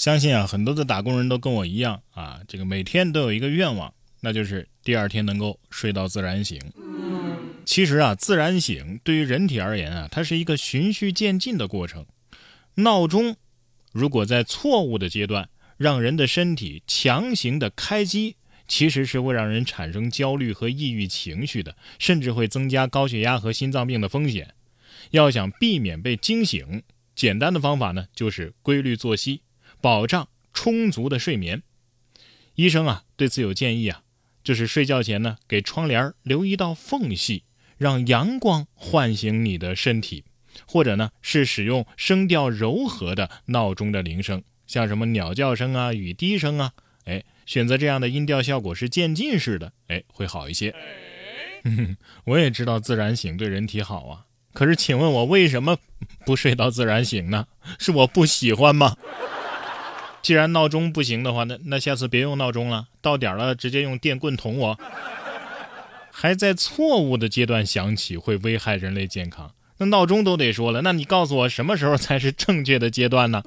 相信啊，很多的打工人都跟我一样啊，这个每天都有一个愿望，那就是第二天能够睡到自然醒。其实啊，自然醒对于人体而言啊，它是一个循序渐进的过程。闹钟如果在错误的阶段让人的身体强行的开机，其实是会让人产生焦虑和抑郁情绪的，甚至会增加高血压和心脏病的风险。要想避免被惊醒，简单的方法呢，就是规律作息，保障充足的睡眠。医生啊对此有建议啊，就是睡觉前呢，给窗帘留一道缝隙，让阳光唤醒你的身体，或者呢是使用声调柔和的闹钟的铃声，像什么鸟叫声啊、雨滴声啊，选择这样的音调效果是渐进式的，会好一些。我也知道自然醒对人体好啊，可是请问我为什么不睡到自然醒呢？是我不喜欢吗？既然闹钟不行的话，那下次别用闹钟了，到点了直接用电棍捅我。还在错误的阶段响起会危害人类健康，那闹钟都得说了，那你告诉我什么时候才是正确的阶段呢？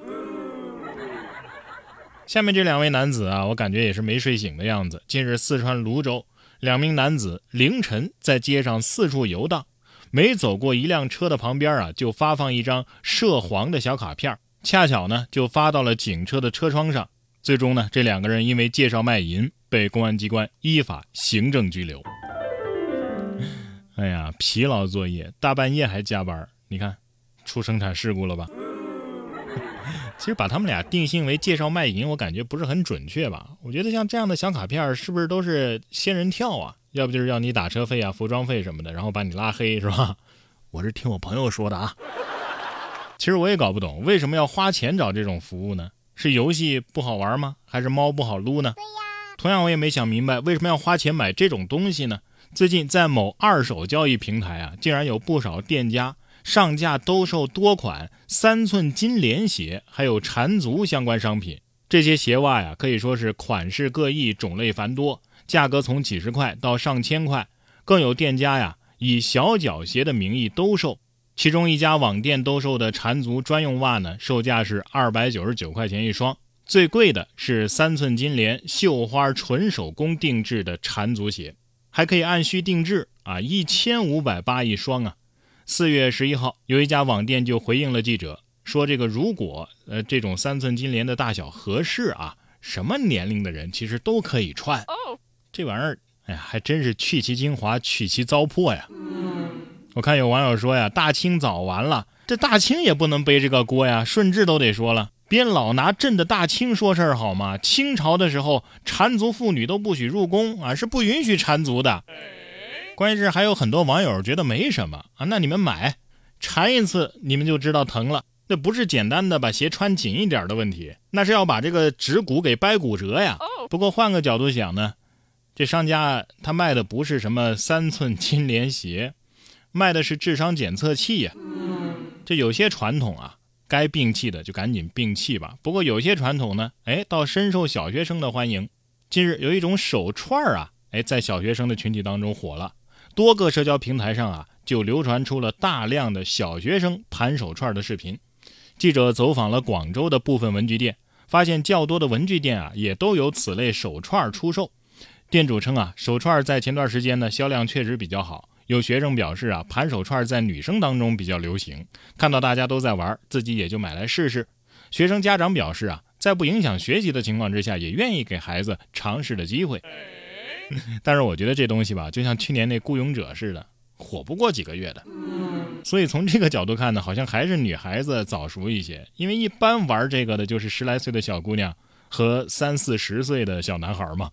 下面这两位男子啊，我感觉也是没睡醒的样子。近日四川泸州两名男子凌晨在街上四处游荡，每走过一辆车的旁边啊，就发放一张涉黄的小卡片，恰巧呢就发到了警车的车窗上。最终呢，这两个人因为介绍卖淫被公安机关依法行政拘留。哎呀，疲劳作业，大半夜还加班，你看出生产事故了吧？其实把他们俩定性为介绍卖淫，我感觉不是很准确吧。我觉得像这样的小卡片是不是都是仙人跳啊？要不就是要你打车费啊、服装费什么的，然后把你拉黑，是吧？我是听我朋友说的啊。其实我也搞不懂为什么要花钱找这种服务呢？是游戏不好玩吗？还是猫不好撸呢？对呀。同样我也没想明白为什么要花钱买这种东西呢？最近在某二手交易平台啊，竟然有不少店家上架兜售多款3寸金莲鞋还有缠足相关商品。这些鞋袜呀，可以说是款式各异，种类繁多，价格从几十块到上千块，更有店家呀以小脚鞋的名义兜售。其中一家网店兜售的缠足专用袜呢，售价是299块钱一双，最贵的是3寸金莲绣花纯手工定制的缠足鞋，还可以按需定制啊，1580一双啊。4月11号，有一家网店就回应了记者，说这个如果这种3寸金莲的大小合适啊，什么年龄的人其实都可以穿。这玩意儿，哎呀，还真是去其精华，去其糟粕呀。我看有网友说呀，大清早完了，这大清也不能背这个锅呀，顺治都得说了，别老拿朕的大清说事儿好吗？清朝的时候，缠足妇女都不许入宫啊，是不允许缠足的。关键是还有很多网友觉得没什么啊，那你们买缠一次你们就知道疼了，那不是简单的把鞋穿紧一点的问题，那是要把这个指骨给掰骨折呀。不过换个角度想呢，这商家他卖的不是什么3寸金莲鞋，卖的是智商检测器呀。这有些传统啊，该摒弃的就赶紧摒弃吧。不过有些传统呢，倒深受小学生的欢迎。近日有一种手串啊，在小学生的群体当中火了。多个社交平台上啊，就流传出了大量的小学生盘手串的视频。记者走访了广州的部分文具店，发现较多的文具店啊，也都有此类手串出售。店主称啊，手串在前段时间呢，销量确实比较好。有学生表示啊，盘手串在女生当中比较流行，看到大家都在玩，自己也就买来试试。学生家长表示啊，在不影响学习的情况之下，也愿意给孩子尝试的机会。但是我觉得这东西吧，就像去年那雇佣者似的，火不过几个月的。所以从这个角度看呢，好像还是女孩子早熟一些，因为一般玩这个的就是10来岁的小姑娘和30、40岁的小男孩嘛。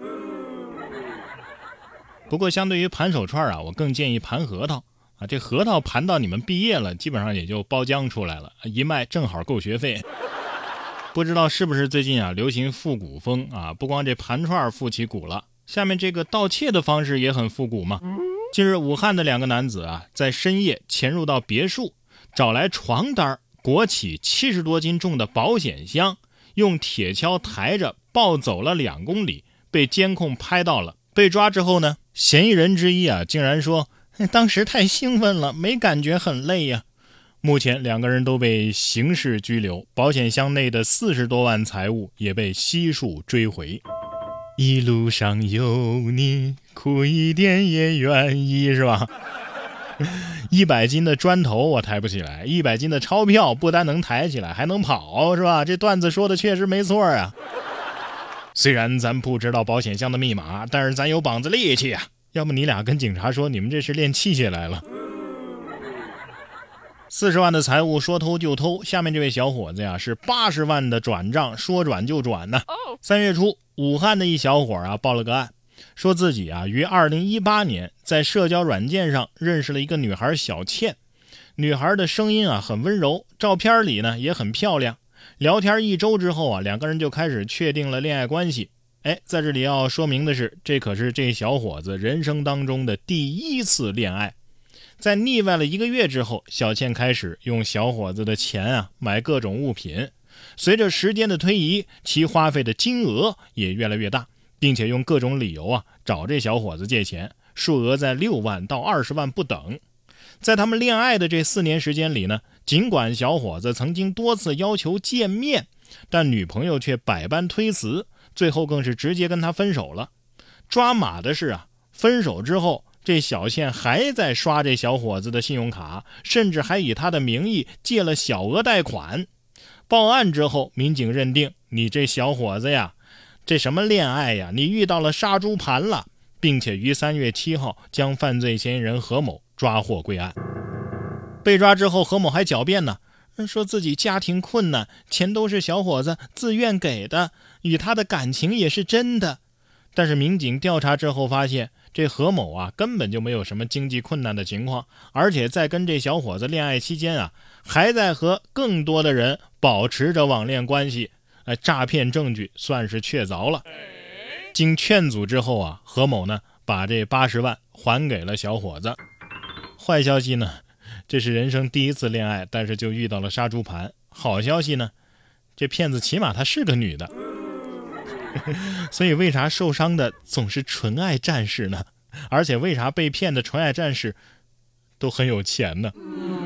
不过相对于盘手串啊，我更建议盘核桃啊，这核桃盘到你们毕业了，基本上也就包浆出来了，一卖正好够学费。不知道是不是最近啊流行复古风啊，不光这盘串复起古了，下面这个盗窃的方式也很复古嘛。近日武汉的2个男子啊，在深夜潜入到别墅，找来床单裹起70多斤重的保险箱，用铁锹抬着抱走了2公里，被监控拍到了。被抓之后呢，嫌疑人之一啊，竟然说当时太兴奋了，没感觉很累呀。 目前两个人都被刑事拘留，保险箱内的40多万财物也被悉数追回。一路上有你，苦一点也愿意，是吧？100斤的砖头我抬不起来，100斤的钞票不单能抬起来，还能跑，是吧？这段子说的确实没错啊。虽然咱不知道保险箱的密码，但是咱有膀子力气啊。要不你俩跟警察说，你们这是练器械来了。40万的财物说偷就偷，下面这位小伙子呀是80万的转账，说转就转呢。3月初，武汉的一小伙啊报了个案，说自己啊于2018年在社交软件上认识了一个女孩小倩，女孩的声音啊很温柔，照片里呢也很漂亮。聊天1周之后啊，两个人就开始确定了恋爱关系。在这里要说明的是，这可是这小伙子人生当中的第1次恋爱。在腻歪了1个月之后，小倩开始用小伙子的钱啊买各种物品。随着时间的推移，其花费的金额也越来越大，并且用各种理由啊找这小伙子借钱，数额在6万到20万不等。在他们恋爱的这4年时间里呢，尽管小伙子曾经多次要求见面，但女朋友却百般推辞，最后更是直接跟他分手了。抓马的是啊，分手之后这小倩还在刷这小伙子的信用卡，甚至还以他的名义借了小额贷款。报案之后，民警认定你这小伙子呀，这什么恋爱呀，你遇到了杀猪盘了，并且于3月7号将犯罪嫌疑人何某抓获归案。被抓之后，何某还狡辩呢，说自己家庭困难，钱都是小伙子自愿给的，与他的感情也是真的。但是民警调查之后发现，这何某啊根本就没有什么经济困难的情况，而且在跟这小伙子恋爱期间啊，还在和更多的人保持着网恋关系。诈骗证据算是确凿了。经劝阻之后啊，何某呢把这80万还给了小伙子。坏消息呢，这是人生第1次恋爱，但是就遇到了杀猪盘。好消息呢，这骗子起码她是个女的。所以为啥受伤的总是纯爱战士呢？而且为啥被骗的纯爱战士都很有钱呢？